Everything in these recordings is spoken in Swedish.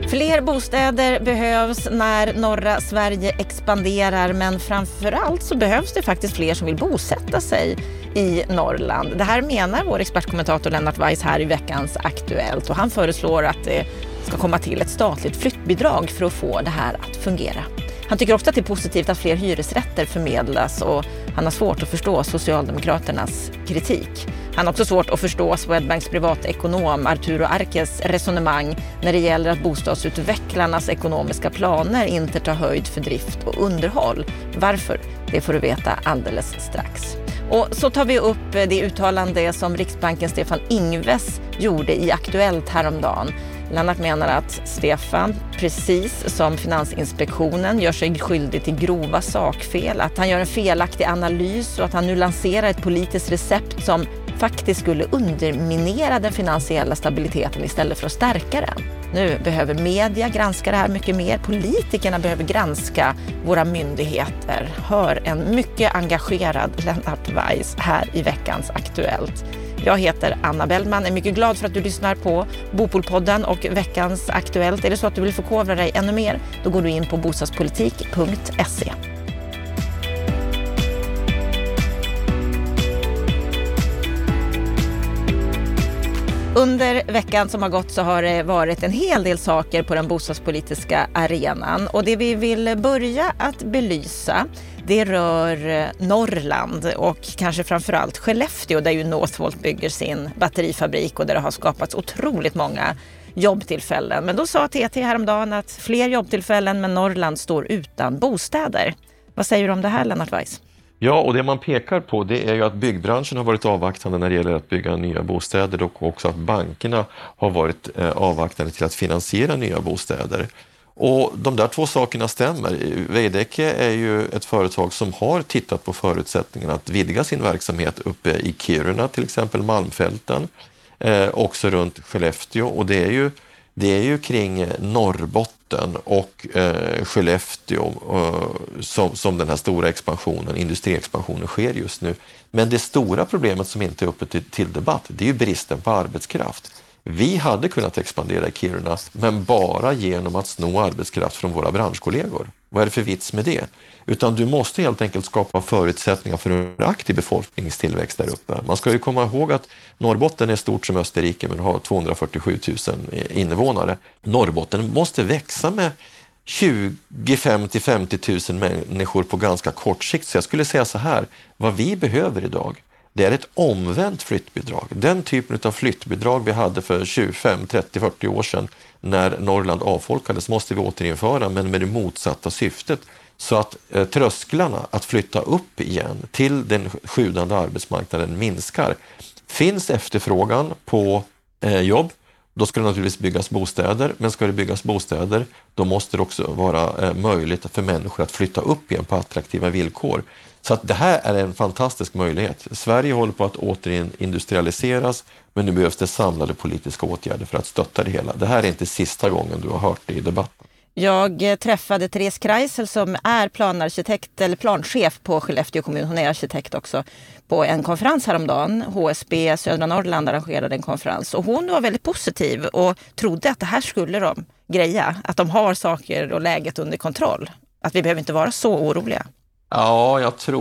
Fler bostäder behövs när norra Sverige expanderar, men framförallt så behövs det faktiskt fler som vill bosätta sig i Norrland. Det här menar vår expertkommentator Lennart Weiss här i veckans Aktuellt, och han föreslår att det ska komma till ett statligt flyttbidrag för att få det här att fungera. Han tycker också att det är positivt att fler hyresrätter förmedlas, och han har svårt att förstå Socialdemokraternas kritik. Han har också svårt att förstå Swedbanks privatekonom Arturo Arques resonemang när det gäller att bostadsutvecklarnas ekonomiska planer inte tar höjd för drift och underhåll. Varför? Det får du veta alldeles strax. Och så tar vi upp det uttalande som Riksbanken Stefan Ingves gjorde i Aktuellt häromdagen. Lennart menar att Stefan, precis som Finansinspektionen, gör sig skyldig till grova sakfel, att han gör en felaktig analys och att han nu lanserar ett politiskt recept som faktiskt skulle underminera den finansiella stabiliteten istället för att stärka den. Nu behöver media granska det här mycket mer. Politikerna behöver granska våra myndigheter. Hör en mycket engagerad Lennart Weiss här i veckans Aktuellt. Jag heter Anna Bellman, är mycket glad för att du lyssnar på Bopolpodden och veckans Aktuellt. Är det så att du vill förkovra dig ännu mer, då går du in på bostadspolitik.se. Under veckan som har gått så har det varit en hel del saker på den bostadspolitiska arenan, och det vi vill börja att belysa, det rör Norrland och kanske framförallt Skellefteå, där ju Northvolt bygger sin batterifabrik och där det har skapats otroligt många jobbtillfällen. Men då sa TT häromdagen att fler jobbtillfällen, men Norrland står utan bostäder. Vad säger du om det här, Lennart Weiss? Ja, och det man pekar på, det är ju att byggbranschen har varit avvaktande när det gäller att bygga nya bostäder, och också att bankerna har varit avvaktande till att finansiera nya bostäder. Och de där två sakerna stämmer. Veidekke är ju ett företag som har tittat på förutsättningarna att vidga sin verksamhet uppe i Kiruna, till exempel Malmfälten, också runt Skellefteå, och det är ju kring Norrbotten och Skellefteå som den här stora industriexpansionen sker just nu. Men det stora problemet som inte är uppe till debatt, det är ju bristen på arbetskraft. Vi hade kunnat expandera i Kiruna, men bara genom att sno arbetskraft från våra branschkollegor. Vad är det för vits med det? Utan du måste helt enkelt skapa förutsättningar för en aktiv befolkningstillväxt där uppe. Man ska ju komma ihåg att Norrbotten är stort som Österrike, men har 247 000 invånare. Norrbotten måste växa med 25 till 50 000 människor på ganska kort sikt. Så jag skulle säga så här, vad vi behöver idag, det är ett omvänt flyttbidrag. Den typen av flyttbidrag vi hade för 25, 30, 40 år sedan när Norrland avfolkades måste vi återinföra, men med det motsatta syftet. Så att trösklarna att flytta upp igen till den sjudande arbetsmarknaden minskar. Finns efterfrågan på jobb, då ska det naturligtvis byggas bostäder. Men ska det byggas bostäder, då måste det också vara möjligt för människor att flytta upp igen på attraktiva villkor. Så att det här är en fantastisk möjlighet. Sverige håller på att återindustrialiseras, men nu behövs det samlade politiska åtgärder för att stötta det hela. Det här är inte sista gången du har hört det i debatten. Jag träffade Therese Kreisel som är planarkitekt eller planchef på Skellefteå kommun. Hon är arkitekt också, på en konferens häromdagen. HSB Södra Norrland arrangerade en konferens. Och hon var väldigt positiv och trodde att det här skulle de greja. Att de har saker och läget under kontroll. Att vi behöver inte vara så oroliga. Ja,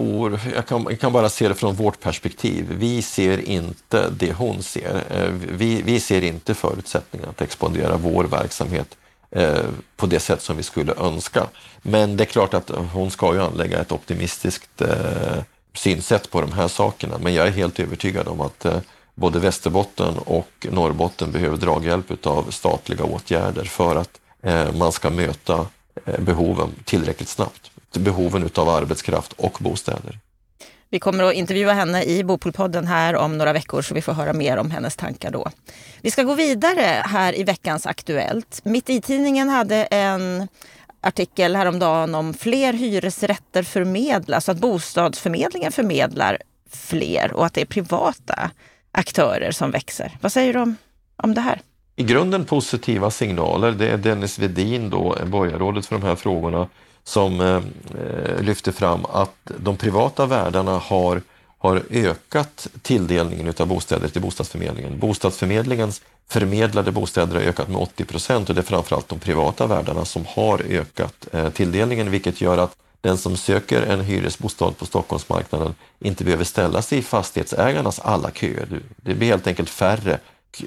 jag kan bara se det från vårt perspektiv. Vi ser inte det hon ser. Vi ser inte förutsättningar att expandera vår verksamhet på det sätt som vi skulle önska. Men det är klart att hon ska ju anlägga ett optimistiskt synsätt på de här sakerna. Men jag är helt övertygad om att både Västerbotten och Norrbotten behöver draghjälp av statliga åtgärder för att man ska möta behoven tillräckligt snabbt. Behoven av arbetskraft och bostäder. Vi kommer att intervjua henne i Bopolpodden här om några veckor, så vi får höra mer om hennes tankar då. Vi ska gå vidare här i veckans Aktuellt. Mitt i tidningen hade en artikel häromdagen om fler hyresrätter förmedlas, så att bostadsförmedlingen förmedlar fler och att det är privata aktörer som växer. Vad säger du om det här? I grunden positiva signaler. Det är Dennis Vedin, då, borgarrådet för de här frågorna, som lyfter fram att de privata värdarna har har ökat tilldelningen av bostäder till bostadsförmedlingen. Bostadsförmedlingens förmedlade bostäder har ökat med 80% och det är framförallt de privata värdarna som har ökat tilldelningen, vilket gör att den som söker en hyresbostad på Stockholmsmarknaden inte behöver ställa sig i fastighetsägarnas alla köer. Det blir helt enkelt färre,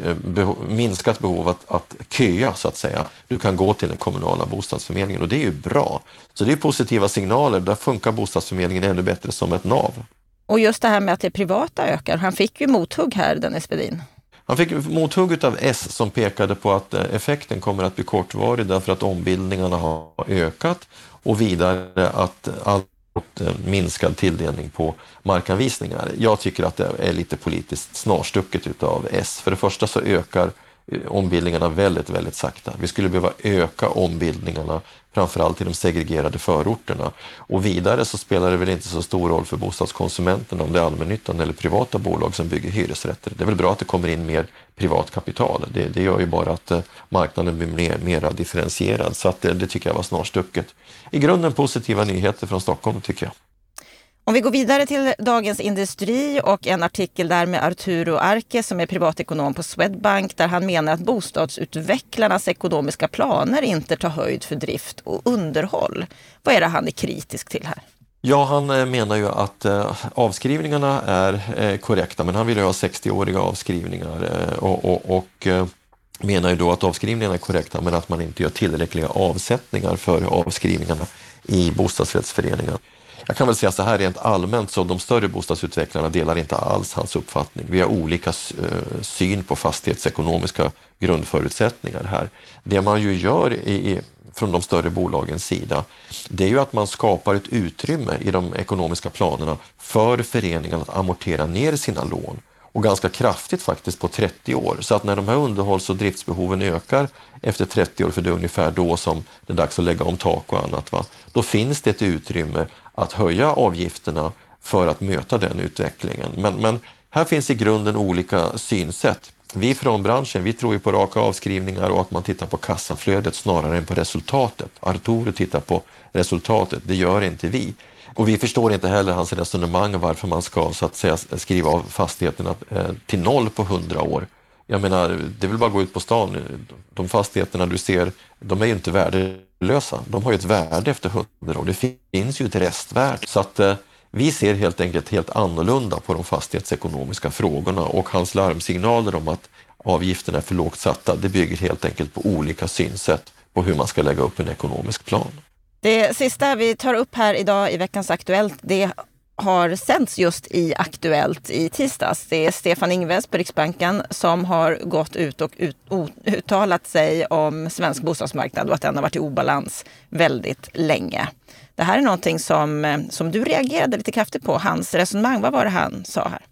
minskat behov att köa så att säga. Du kan gå till den kommunala bostadsförmedlingen och det är ju bra. Så det är positiva signaler, där funkar bostadsförmedlingen ännu bättre som ett nav. Och just det här med att det privata ökar, han fick ju mothugg här, Dennis Bedin. Han fick mothugg av S som pekade på att effekten kommer att bli kortvarig därför att ombildningarna har ökat och vidare att allt minskad tilldelning på markanvisningar. Jag tycker att det är lite politiskt snarstucket utav S. För det första så ökar ombildningarna väldigt, väldigt sakta. Vi skulle behöva öka ombildningarna framförallt i de segregerade förorterna. Och vidare så spelar det väl inte så stor roll för bostadskonsumenterna om det är allmännyttan eller privata bolag som bygger hyresrätter. Det är väl bra att det kommer in mer privat kapital. Det gör ju bara att marknaden blir mer differentierad. Så att det tycker jag var snarstucket. I grunden positiva nyheter från Stockholm tycker jag. Om vi går vidare till Dagens Industri och en artikel där med Arturo Arke som är privatekonom på Swedbank, där han menar att bostadsutvecklarnas ekonomiska planer inte tar höjd för drift och underhåll. Vad är det han är kritisk till här? Ja, han menar ju att avskrivningarna är korrekta, men han vill ju ha 60-åriga avskrivningar och menar ju då att avskrivningarna är korrekta men att man inte gör tillräckliga avsättningar för avskrivningarna i bostadsrättsföreningar. Jag kan väl säga så här rent allmänt, så de större bostadsutvecklarna delar inte alls hans uppfattning. Vi har olika syn på fastighetsekonomiska grundförutsättningar här. Det man ju gör från de större bolagens sida, det är ju att man skapar ett utrymme i de ekonomiska planerna för föreningen att amortera ner sina lån. Och ganska kraftigt faktiskt på 30 år. Så att när de här underhålls- och driftsbehoven ökar efter 30 år, för det är ungefär då som det är dags att lägga om tak och annat, då finns det ett utrymme att höja avgifterna för att möta den utvecklingen. Men här finns i grunden olika synsätt. Vi från branschen, vi tror ju på raka avskrivningar och att man tittar på kassaflödet snarare än på resultatet. Arturo tittar på resultatet, det gör inte vi. Och vi förstår inte heller hans resonemang varför man ska så att säga skriva av fastigheterna till 0 på 100 år. Jag menar, det vill bara gå ut på stan. De fastigheterna du ser, de är ju inte värdelösa. De har ju ett värde efter 100 år. Det finns ju ett restvärde. Så att vi ser helt enkelt helt annorlunda på de fastighetsekonomiska frågorna, och hans larmsignaler om att avgifterna är för lågt satta, det bygger helt enkelt på olika synsätt på hur man ska lägga upp en ekonomisk plan. Det sista vi tar upp här idag i veckans Aktuellt, det har sänds just i Aktuellt i tisdags. Det är Stefan Ingves på Riksbanken som har gått ut och uttalat sig om svensk bostadsmarknad och att den har varit i obalans väldigt länge. Det här är någonting som du reagerade lite kraftigt på, hans resonemang. Vad var det han sa här?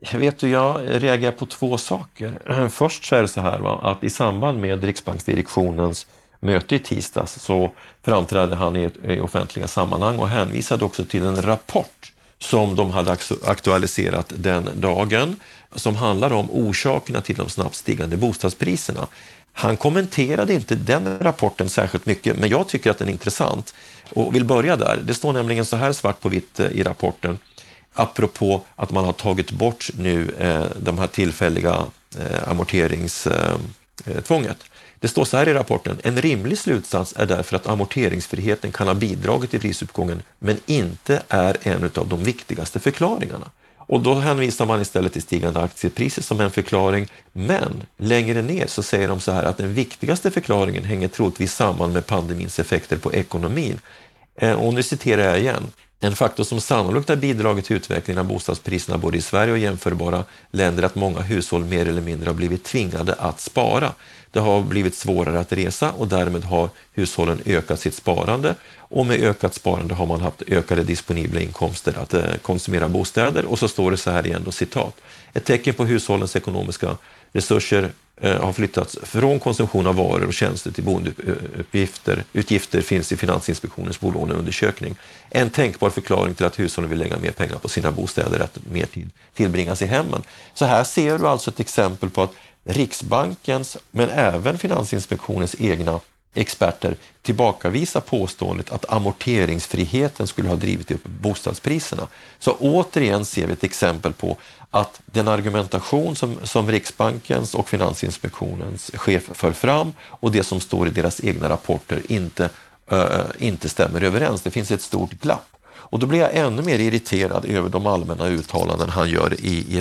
Jag reagerar på två saker. Först så är det så här att i samband med Riksbanksdirektionens möte i tisdags så framträdde han i offentliga sammanhang och hänvisade också till en rapport som de hade aktualiserat den dagen, som handlar om orsakerna till de snabbt stigande bostadspriserna. Han kommenterade inte den rapporten särskilt mycket, men jag tycker att den är intressant och vill börja där. Det står nämligen så här svart på vitt i rapporten, apropå att man har tagit bort nu de här tillfälliga amorteringstvånget. Det står så här i rapporten: en rimlig slutsats är därför att amorteringsfriheten kan ha bidragit till prisuppgången men inte är en av de viktigaste förklaringarna. Och då hänvisar man istället till stigande aktiepriser som en förklaring, men längre ner så säger de så här att den viktigaste förklaringen hänger troligtvis samman med pandemins effekter på ekonomin. Och nu citerar jag igen. En faktor som sannolikt har bidragit till utvecklingen av bostadspriserna både i Sverige och jämförbara länder är att många hushåll mer eller mindre har blivit tvingade att spara. Det har blivit svårare att resa och därmed har hushållen ökat sitt sparande, och med ökat sparande har man haft ökade disponibla inkomster att konsumera bostäder. Och så står det så här igen då, citat: ett tecken på hushållens ekonomiska resurser har flyttats från konsumtion av varor och tjänster till boendeutgifter finns i Finansinspektionens bolåneundersökning. En tänkbar förklaring till att hushållen vill lägga mer pengar på sina bostäder är att mer tid tillbringas i hemmen. Så här ser du alltså ett exempel på att Riksbankens men även Finansinspektionens egna experter tillbakavisa påståendet att amorteringsfriheten skulle ha drivit upp bostadspriserna. Så återigen ser vi ett exempel på att den argumentation som Riksbankens och Finansinspektionens chef för fram och det som står i deras egna rapporter inte stämmer överens. Det finns ett stort glapp. Och då blir jag ännu mer irriterad över de allmänna uttalanden han gör i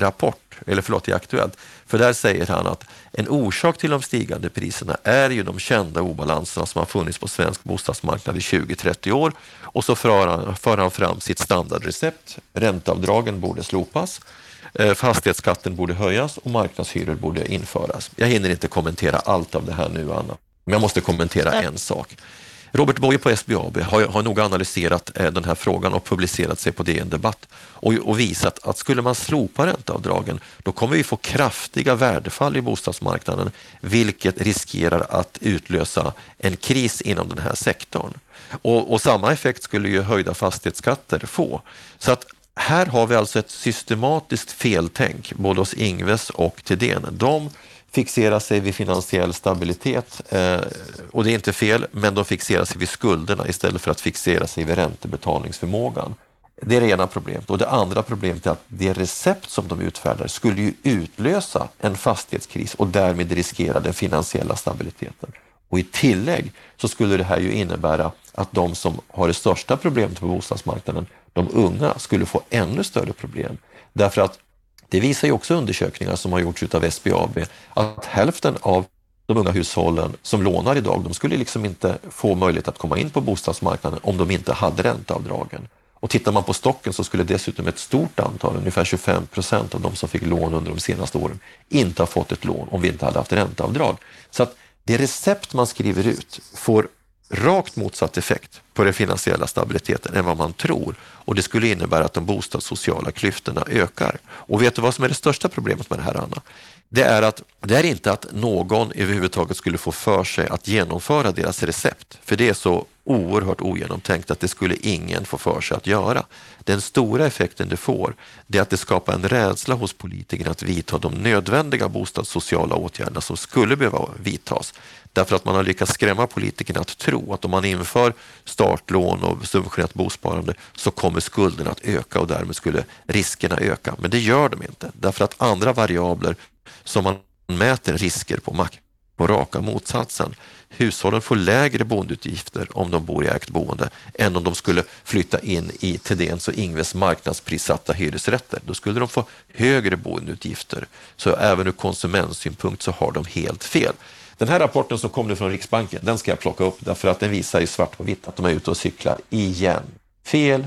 Aktuellt. För där säger han att en orsak till de stigande priserna är ju de kända obalanserna som har funnits på svensk bostadsmarknad i 20-30 år. Och så för han fram sitt standardrecept. Ränteavdragen borde slopas, fastighetsskatten borde höjas och marknadshyror borde införas. Jag hinner inte kommentera allt av det här nu, Anna. Men jag måste kommentera en sak. Robert Boye på SBAB har nog analyserat den här frågan och publicerat sig på DN Debatt och visat att skulle man slopa ränteavdragen då kommer vi få kraftiga värdefall i bostadsmarknaden, vilket riskerar att utlösa en kris inom den här sektorn. Och samma effekt skulle ju höjda fastighetsskatter få. Så att här har vi alltså ett systematiskt feltänk både hos Ingves och Thedéen. De fixerar sig vid finansiell stabilitet och det är inte fel, men de fixerar sig vid skulderna istället för att fixera sig vid räntebetalningsförmågan. Det är det ena problemet. Och det andra problemet är att det recept som de utfärdar skulle ju utlösa en fastighetskris och därmed riskera den finansiella stabiliteten. Och i tillägg så skulle det här ju innebära att de som har det största problemet på bostadsmarknaden, de unga, skulle få ännu större problem. Därför att det visar ju också undersökningar som har gjorts av SBAB att hälften av de unga hushållen som lånar idag, de skulle liksom inte få möjlighet att komma in på bostadsmarknaden om de inte hade ränteavdragen. Och tittar man på stocken så skulle dessutom ett stort antal, ungefär 25% av de som fick lån under de senaste åren, inte ha fått ett lån om vi inte hade haft ränteavdrag. Så att det recept man skriver ut får rakt motsatt effekt på den finansiella stabiliteten än vad man tror. Och det skulle innebära att de bostadssociala klyftorna ökar. Och vet du vad som är det största problemet med det här, Anna? Det är inte att någon överhuvudtaget skulle få för sig att genomföra deras recept. För det är så oerhört ogenomtänkt att det skulle ingen få för sig att göra. Den stora effekten det får, det är att det skapar en rädsla hos politikerna att vidta de nödvändiga bostadssociala åtgärderna som skulle behöva vidtas. Därför att man har lyckats skrämma politikerna att tro att om man inför startlån och subventionerat bosparande så kommer skulderna att öka och därmed skulle riskerna öka. Men det gör de inte. Därför att andra variabler som man mäter risker på raka motsatsen. Hushållen får lägre boendeutgifter om de bor i ägt boende än om de skulle flytta in i Thedéens och Ingves marknadsprissatta hyresrätter. Då skulle de få högre boendeutgifter. Så även ur konsumentsynpunkt så har de helt fel. Den här rapporten som kom nu från Riksbanken, den ska jag plocka upp därför att den visar i svart på vitt att de är ute och cyklar igen. Fel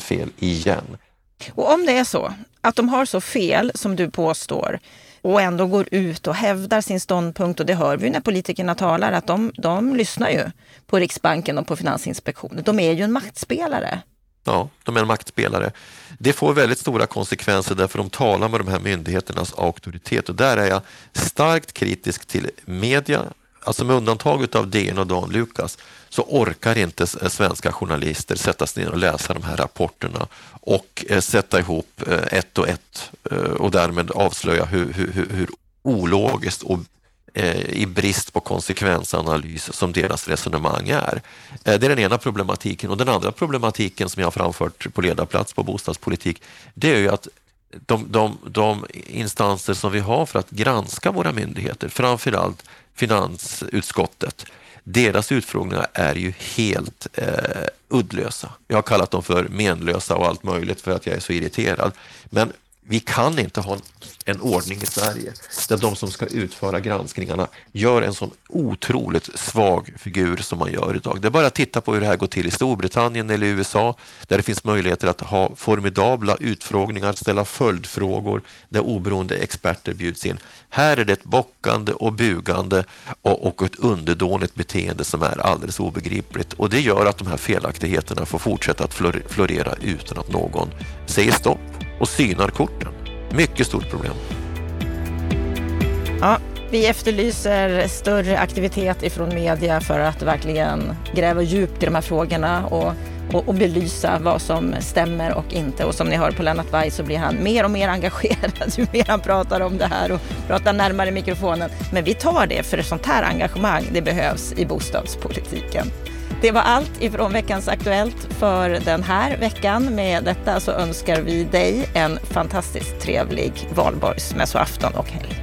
igen. Och om det är så att de har så fel som du påstår och ändå går ut och hävdar sin ståndpunkt, och det hör vi när politikerna talar att de lyssnar ju på Riksbanken och på Finansinspektionen. De är ju en maktspelare. Ja, de är en maktspelare. Det får väldigt stora konsekvenser därför de talar med de här myndigheternas auktoritet. Och där är jag starkt kritisk till media. Alltså med undantag av DN och Dan Lukas så orkar inte svenska journalister sätta sig ner och läsa de här rapporterna och sätta ihop ett och ett och därmed avslöja hur ologiskt och i brist på konsekvensanalys som deras resonemang är. Det är den ena problematiken. Och den andra problematiken som jag har framfört på ledarplats på bostadspolitik, det är ju att de instanser som vi har för att granska våra myndigheter, framförallt finansutskottet, deras utfrågningar är ju helt uddlösa. Jag har kallat dem för menlösa och allt möjligt för att jag är så irriterad. Men vi kan inte ha en ordning i Sverige där de som ska utföra granskningarna gör en sån otroligt svag figur som man gör idag. Det är bara att titta på hur det här går till i Storbritannien eller i USA där det finns möjligheter att ha formidabla utfrågningar, ställa följdfrågor där oberoende experter bjuds in. Här är det ett bockande och bugande och ett underdånigt beteende som är alldeles obegripligt. Och det gör att de här felaktigheterna får fortsätta att florera utan att någon säger stopp och synar korten. Mycket stort problem. Ja, vi efterlyser större aktivitet ifrån media för att verkligen gräva djupt i de här frågorna och och belysa vad som stämmer och inte. Och som ni hör på Lennart Weiss så blir han mer och mer engagerad ju mer han pratar om det här och pratar närmare mikrofonen. Men vi tar det, för sånt här engagemang det behövs i bostadspolitiken. Det var allt ifrån veckans Aktuellt för den här veckan. Med detta så önskar vi dig en fantastiskt trevlig valborgsmässoafton och helg.